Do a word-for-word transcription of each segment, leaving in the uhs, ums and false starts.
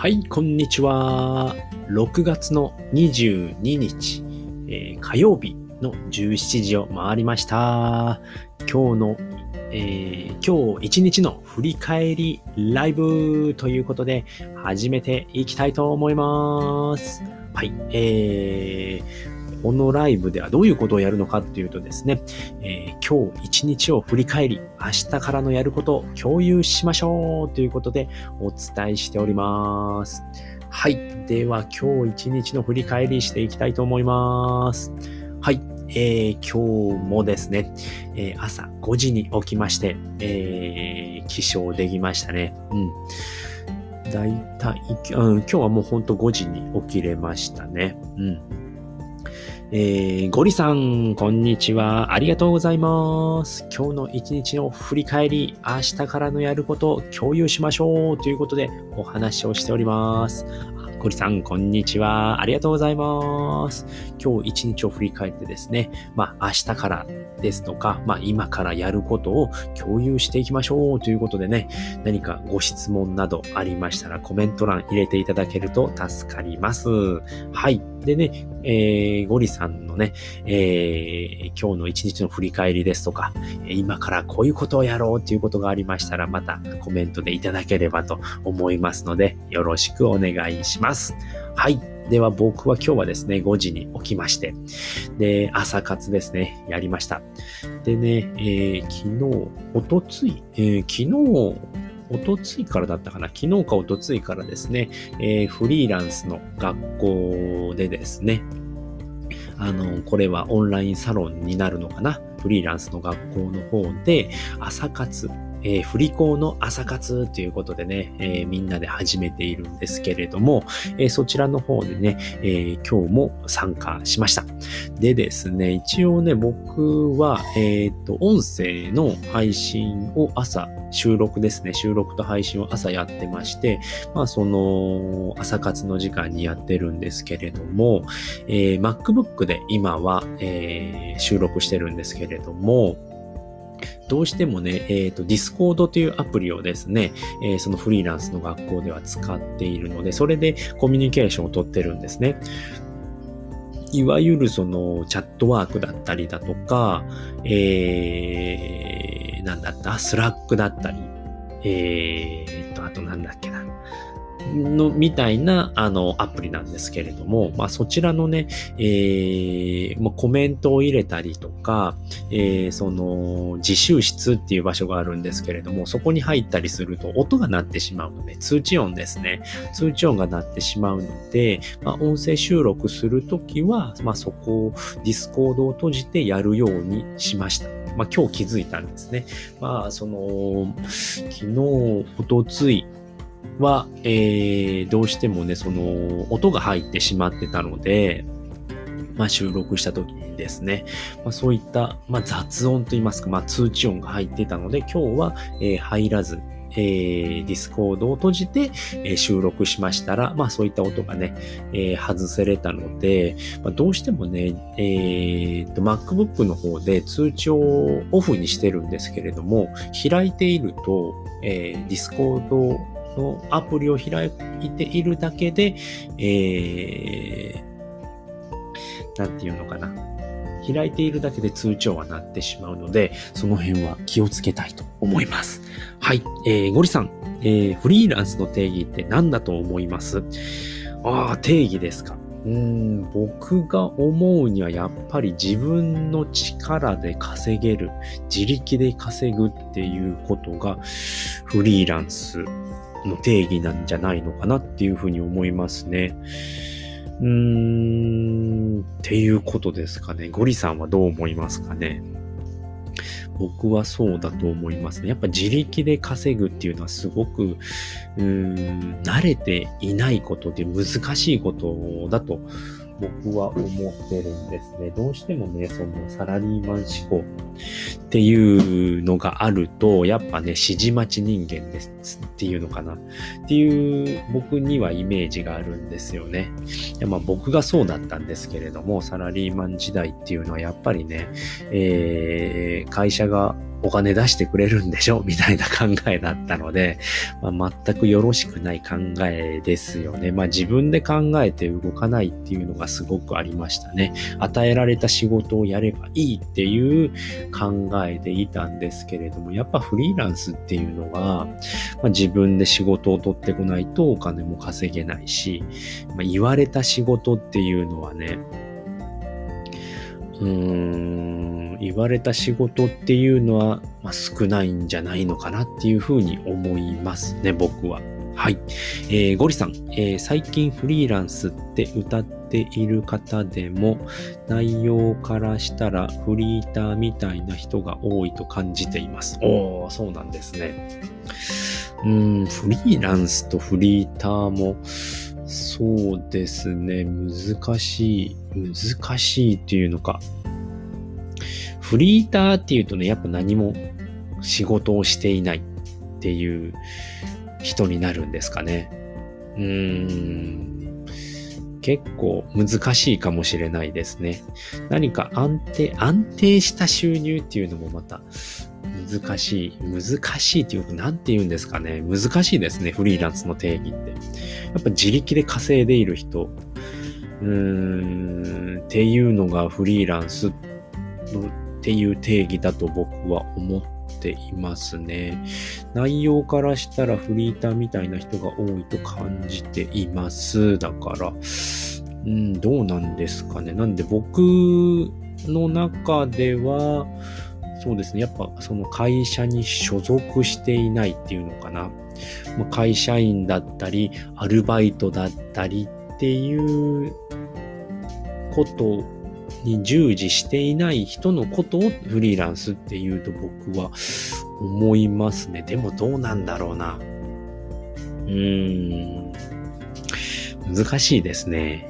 はい、こんにちは。ろくがつのにじゅうににち、えー、火曜日のじゅうしちじを回りました。今日の、えー、今日一日の振り返りライブということで始めていきたいと思います。はい、えーこのライブではどういうことをやるのかっていうとですね、えー、今日一日を振り返り、明日からのやることを共有しましょうということでお伝えしております。はい。では今日一日の振り返りしていきたいと思います。はい。えー、今日もですね、えー、朝ごじに起きまして、えー、起床できましたね。うん。だいたい、うん、今日はもうほんとごじに起きれましたね。うん。えー、ゴリさん、こんにちは。ありがとうございます。今日の一日の振り返り、明日からのやることを共有しましょうということでお話をしております。ゴリさん、こんにちは。ありがとうございます。今日一日を振り返ってですね、まあ明日からですとか、まあ今からやることを共有していきましょうということでね、何かご質問などありましたらコメント欄入れていただけると助かります。はい。でね、えー、ゴリさんのね、えー、今日の一日の振り返りですとか、今からこういうことをやろうということがありましたら、またコメントでいただければと思いますので、よろしくお願いします。はい。では僕は今日はですね、ごじに起きまして、で、朝活ですね、やりました。でね、えー、昨日、おとつい、えー、昨日、おとついからだったかな昨日かおとついからですね、えー、フリーランスの学校でですね、あの、これはオンラインサロンになるのかなフリーランスの学校の方で朝活、えー、振り子の朝活ということでね、えー、みんなで始めているんですけれども、えー、そちらの方でね、えー、今日も参加しました。でですね、一応ね、僕は、えっと、音声の配信を朝、収録ですね、収録と配信を朝やってまして、まあ、その、朝活の時間にやってるんですけれども、えー、MacBook で今は、えー、収録してるんですけれども、どうしてもね、えっと、Discord というアプリをですね、えー、そのフリーランスの学校では使っているので、それでコミュニケーションを取ってるんですね。いわゆるそのチャットワークだったりだとか、えー、なんだった、スラックだったり、えーと、あとなんだっけな。のみたいなあのアプリなんですけれども、まあそちらのね、えー、もうコメントを入れたりとか、えー、その自習室っていう場所があるんですけれども、そこに入ったりすると音が鳴ってしまうので、通知音ですね。通知音が鳴ってしまうので、まあ音声収録するときは、まあそこをディスコードを閉じてやるようにしました。まあ今日気づいたんですね。まあその、昨日、おとつい、は、えー、どうしてもね、その、音が入ってしまってたので、まあ収録した時にですね、まあそういった、まあ雑音といいますか、まあ通知音が入ってたので、今日は、えー、入らず、えー、ディスコードを閉じて、えー、収録しましたら、まあそういった音がね、えー、外せれたので、まあ、どうしてもね、えーと、MacBook の方で通知をオフにしてるんですけれども、開いていると、えー、ディスコードのアプリを開いているだけで、えー、なんていうのかな。開いているだけで通知音は鳴ってしまうので、その辺は気をつけたいと思います。はい。えー、ゴリさん、えー、フリーランスの定義って何だと思います？ああ、定義ですか。うーん、僕が思うにはやっぱり自分の力で稼げる、自力で稼ぐっていうことがフリーランスの定義なんじゃないのかなっていうふうに思いますね。うーん、っていうことですかね。ゴリさんはどう思いますかね。僕はそうだと思いますね。やっぱ自力で稼ぐっていうのはすごく、うーん、慣れていないことで難しいことだと僕は思ってるんですね。どうしてもね、そのサラリーマン思考っていうのがあると、やっぱね、指示待ち人間ですっていうのかなっていう僕にはイメージがあるんですよね。いやまあ僕がそうだったんですけれども、サラリーマン時代っていうのはやっぱりね、えー、会社がお金出してくれるんでしょみたいな考えだったので、まあ、全くよろしくない考えですよね。まあ自分で考えて動かないっていうのがすごくありましたね。与えられた仕事をやればいいっていう考えでいたんですけれども、やっぱフリーランスっていうのは、まあ、自分で仕事を取ってこないとお金も稼げないし、まあ、言われた仕事っていうのはね、うーん言われた仕事っていうのは、まあ、少ないんじゃないのかなっていうふうに思いますね、僕は。はい。えー、ゴリさん、えー、最近フリーランスって歌っている方でも、内容からしたらフリーターみたいな人が多いと感じています。おー、そうなんですね。うーん、フリーランスとフリーターも、そうですね、難しい、難しいっていうのか。フリーターっていうとね、やっぱ何も仕事をしていないっていう人になるんですかね。うーん、結構難しいかもしれないですね。何か安定、安定した収入っていうのもまた難しい、難しいっていうか、なんて言うんですかね。難しいですね、フリーランスの定義って。やっぱ自力で稼いでいる人、うーん、っていうのがフリーランスのっていう定義だと僕は思っていますね。内容からしたらフリーターみたいな人が多いと感じています。だから、うん、どうなんですかね。なんで僕の中では、そうですね。やっぱその会社に所属していないっていうのかな。会社員だったり、アルバイトだったりっていうことに従事していない人のことをフリーランスっていうと僕は思いますね。でもどうなんだろうな。うーん。難しいですね。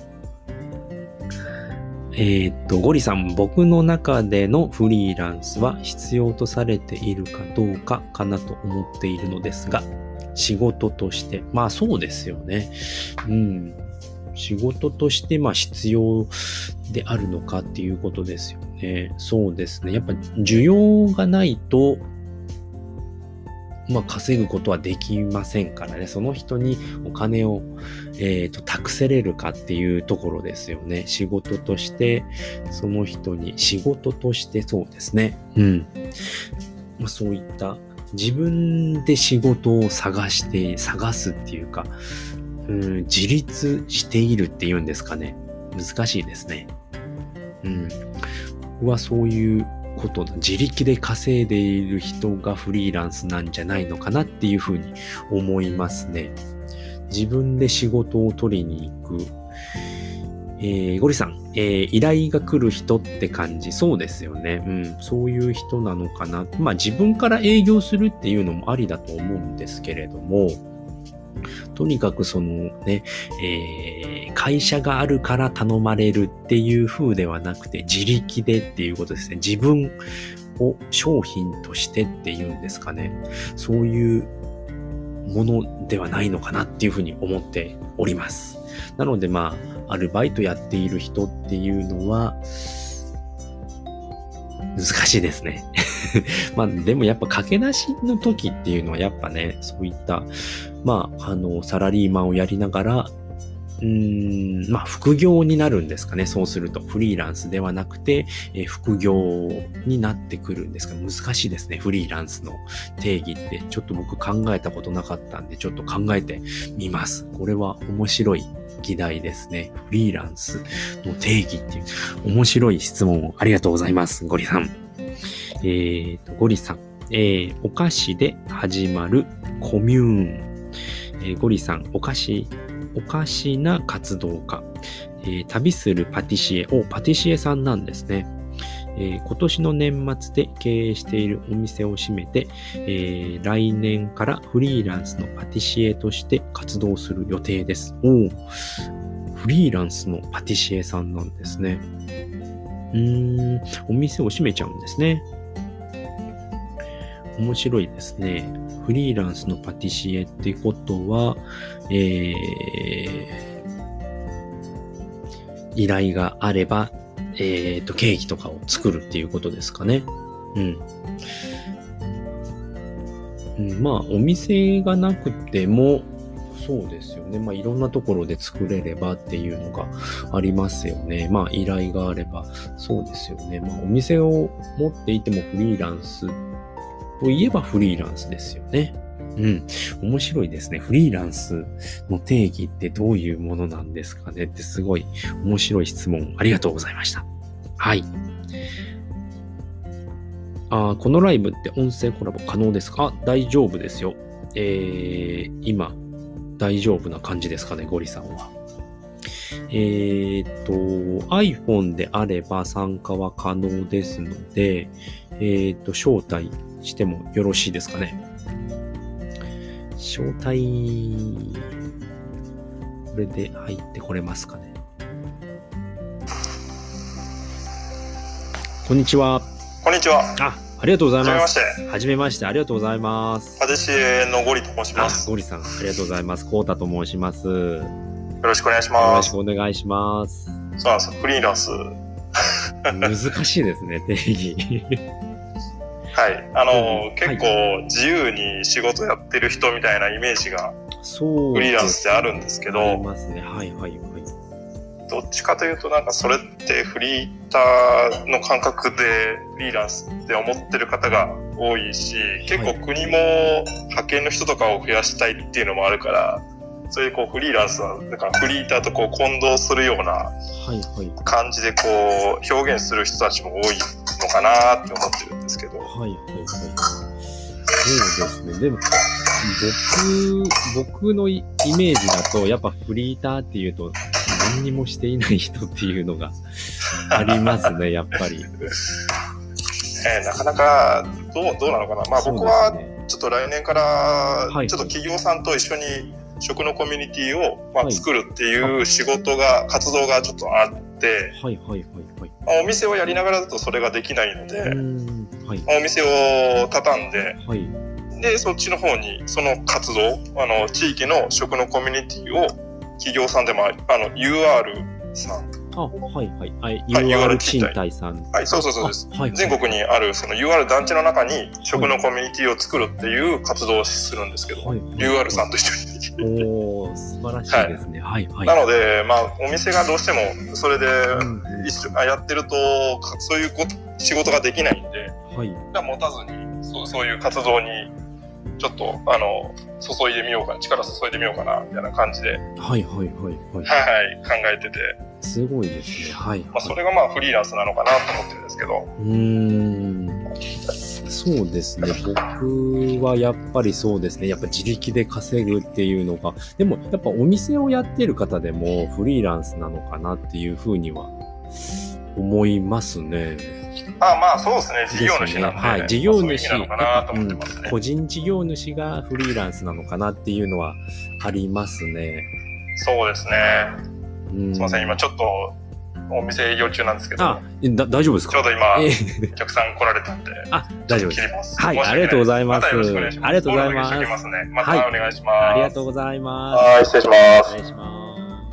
えーっと、ゴリさん、僕の中でのフリーランスは必要とされているかどうかかなと思っているのですが、仕事として、まあそうですよね。うん。仕事としてまあ必要であるのかっていうことですよね。そうですね。やっぱ需要がないと、まあ稼ぐことはできませんからね。その人にお金を、えーと、託せれるかっていうところですよね。仕事として、その人に仕事としてそうですね。うん。まあそういった自分で仕事を探して、探すっていうか、うん、自立しているっていうんですかね。難しいですね。うん。僕はそういうこと、自力で稼いでいる人がフリーランスなんじゃないのかなっていうふうに思いますね。自分で仕事を取りに行く。えー、ゴリさん、えー、依頼が来る人って感じ。そうですよね。うん。そういう人なのかな。まあ自分から営業するっていうのもありだと思うんですけれども、とにかくそのね、えー、会社があるから頼まれるっていう風ではなくて、自力でっていうことですね。自分を商品としてっていうんですかね。そういうものではないのかなっていう風に思っております。なのでまあ、アルバイトやっている人っていうのは、難しいですね。まあでもやっぱ駆け出しの時っていうのはやっぱね、そういった、まああの、サラリーマンをやりながら、うーん、まあ副業になるんですかね。そうするとフリーランスではなくて、えー、副業になってくるんですが、難しいですね。フリーランスの定義ってちょっと僕考えたことなかったんで、ちょっと考えてみます。これは面白い議題ですね。フリーランスの定義っていう面白い質問をありがとうございます。ゴリさん。えーと、ゴリさん。えー、お菓子で始まるコミューン。えー、ゴリさん、お菓子、おかしな活動家。えー、旅するパティシエ。お、パティシエさんなんですね。えー、今年の年末で経営しているお店を閉めて、えー、来年からフリーランスのパティシエとして活動する予定です。おフリーランスのパティシエさんなんですね。うーん、お店を閉めちゃうんですね。面白いですね。フリーランスのパティシエってことは、えー、依頼があれば、えーと、ケーキとかを作るっていうことですかね。 うん。うん、まあ、お店がなくても、そうですよね。まあ、いろんなところで作れればっていうのがありますよね。まあ、依頼があれば。そうですよね。まあ、お店を持っていてもフリーランスといえばフリーランスですよね。うん。面白いですね。フリーランスの定義ってどういうものなんですかねってすごい面白い質問ありがとうございました。はい。あ、このライブって音声コラボ可能ですか？大丈夫ですよ。えー、今、大丈夫な感じですかね、ゴリさんは。えーっと、iPhone であれば参加は可能ですので、えーっと、招待してもよろしいですかね。招待、これで入ってこれますかね。こんにちは。 こんにちは。 あ、ありがとうございます。 はじめまして。 はじめまして。ありがとうございます。 パティシエのゴリと申します。 ゴリさん、ありがとうございます。コータと申します。よろしくお願いします。 よろしくお願いします。 そうなんですよ。フリーランス。 難しいですね、定義。 はい。あの、うん、結構自由に仕事やってる人みたいなイメージが、フリーランスってあるんですけど、 ありますね。はいはいはい。 どっちかというとなんかそれってフリーターの感覚でフリーランスって思ってる方が多いし、結構国も派遣の人とかを増やしたいっていうのもあるから、そういうこうフリーランスはだからフリーターとこう混同するような感じでこう表現する人たちも多いのかなって思ってるんですけど。 はいはいはい。そうですね。でも僕僕のイメージだとやっぱフリーターっていうと何にもしていない人っていうのがありますね、やっぱり。 えー、なかなかどうどうなのかな。まあ僕はちょっと来年からちょっと企業さんと一緒に食のコミュニティをまあ作るっていう仕事が、活動がちょっとあって、 はいはいはいはい。 まあ、お店をやりながらだとそれができないので、 はい、 まあ、お店を畳んで、 はい、 でそっちの方にその活動、あの地域の食のコミュニティを企業さんでもあの ユーアール さん、 あ、はいはい、はい、ユーアール 賃貸さん、 はい、そうそうそうです、 はい、 全国にあるその ユーアール 団地の中に食のコミュニティを作るっていう活動をするんですけど、はいはい、ユーアール さんと一緒に。 おー、素晴らしいですね。はい、はい、はい。 なので、まあ、お店がどうしてもそれで一緒、うん、やってるとそういうこと仕事ができないんで、はい、持たずにそう、そういう活動にちょっとあの注いでみようか、力注いでみようかなみたいな感じで、はいはいはいはい、はい、 考えてて、 すごいですね。はい、はい、 まあ、それがまあフリーランスなのかなと思ってるんですけど。 うーん、そうですね。僕はやっぱりそうですね。やっぱ自力で稼ぐっていうのが、でもやっぱお店をやってる方でもフリーランスなのかなっていうふうには思いますね。 ああ、まあそうですね。事業主なんで、 はい、事業主なのかなと思ってますね、 うん。個人事業主がフリーランスなのかなっていうのはありますね。 そうですね。うん、すみません、今ちょっとお店営業中なんですけど。 あ、だ大丈夫ですか？ ちょうど今、えー、お客さん来られたんで。 あ、大丈夫です。 切ります。 はい、ありがとうございます。 またよろしくお願いします。 ありがとうございます。 ますね、またお願いします、はい。 ありがとうございます。 はい、失礼します。 失礼します。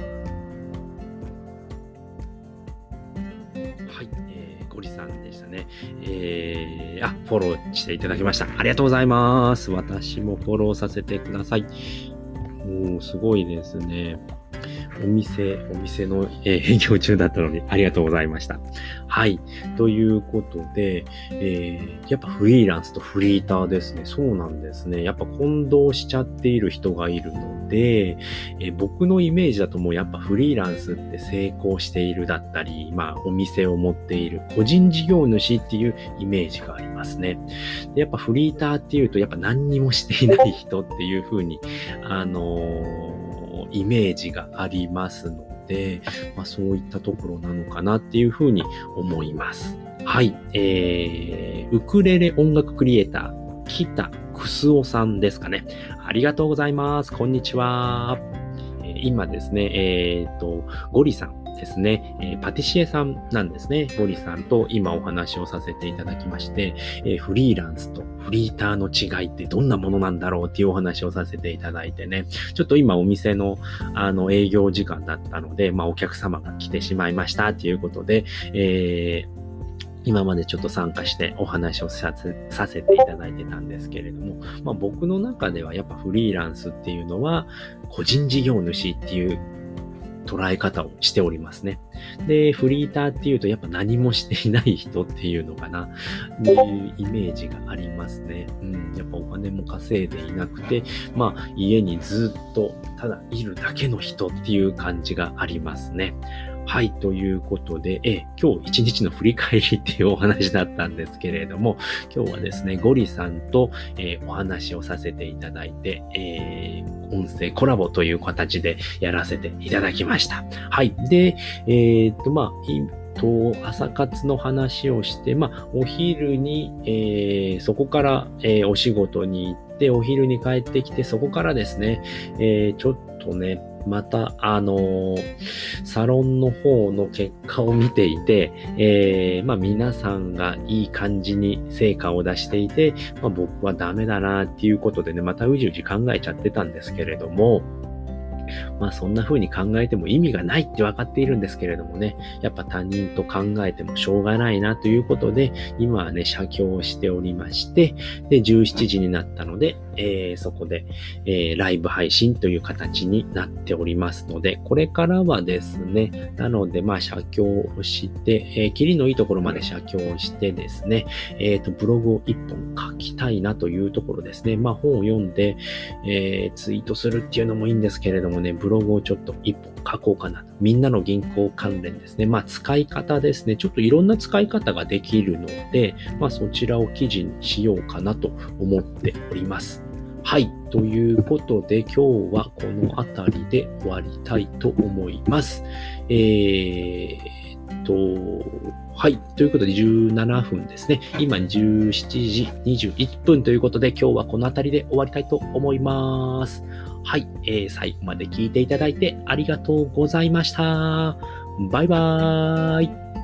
はい、えー、ゴリさんでしたね。えー、あ、フォローしていただきました。ありがとうございます。私もフォローさせてください。おー、すごいですね。お店、お店の営業中だったのにありがとうございました。はい。ということで、えー、やっぱフリーランスとフリーターですね。そうなんですね。やっぱ混同しちゃっている人がいるので、えー、僕のイメージだともうやっぱフリーランスって成功しているだったり、まあお店を持っている個人事業主っていうイメージがありますね。でやっぱフリーターっていうとやっぱ何にもしていない人っていう風に、あのー、イメージがありますので、まあ、そういったところなのかなっていうふうに思います。はい、えー、ウクレレ音楽クリエイター北くすおさんですかね。ありがとうございます。こんにちは。えー、今ですね、えーとゴリさんですね、えー、パティシエさんなんですね。ゴリさんと今お話をさせていただきまして、えー、フリーランスとフリーターの違いってどんなものなんだろうっていうお話をさせていただいてね、ちょっと今お店のあの営業時間だったので、まあお客様が来てしまいましたっていうことで、えー今までちょっと参加してお話をさせ、させていただいてたんですけれども、まあ僕の中ではやっぱフリーランスっていうのは個人事業主っていう捉え方をしておりますね。で、フリーターっていうとやっぱ何もしていない人っていうのかな、っていうイメージがありますね。うん、やっぱお金も稼いでいなくて、まあ家にずっとただいるだけの人っていう感じがありますね。はい、ということで、え今日一日の振り返りっていうお話だったんですけれども、今日はですね、ゴリさんと、えー、お話をさせていただいて、えー、音声コラボという形でやらせていただきました。はい。で、えー、っと、まあ、と朝活の話をして、まあ、お昼に、えー、そこから、えー、お仕事に行って、お昼に帰ってきて、そこからですね、えー、ちょっとね、また、あのー、サロンの方の結果を見ていて、えー、まあ皆さんがいい感じに成果を出していて、まあ僕はダメだなっていうことでね、またうじうじ考えちゃってたんですけれども、まあそんな風に考えても意味がないって分かっているんですけれどもね、やっぱ他人と考えてもしょうがないなということで、今はね、写経をしておりまして、で、じゅうしちじになったので、えー、そこで、えー、ライブ配信という形になっておりますので、これからはですね、なので、まあ写経をして、えー、キリのいいところまで写経をしてですね、えっと、ブログを一本書きたいなというところですね。まあ本を読んで、えー、ツイートするっていうのもいいんですけれどもね、ブログをちょっと一本書こうかなと。みんなの銀行関連ですね。まあ使い方ですね。ちょっといろんな使い方ができるので、まあそちらを記事にしようかなと思っております。はい。ということで今日はこの辺りで終わりたいと思います。えーっと、はい。ということでじゅうななふんですね。今じゅうしちじにじゅういっぷんということで今日はこの辺りで終わりたいと思います。はい、えー、最後まで聞いていただいてありがとうございました。バイバーイ。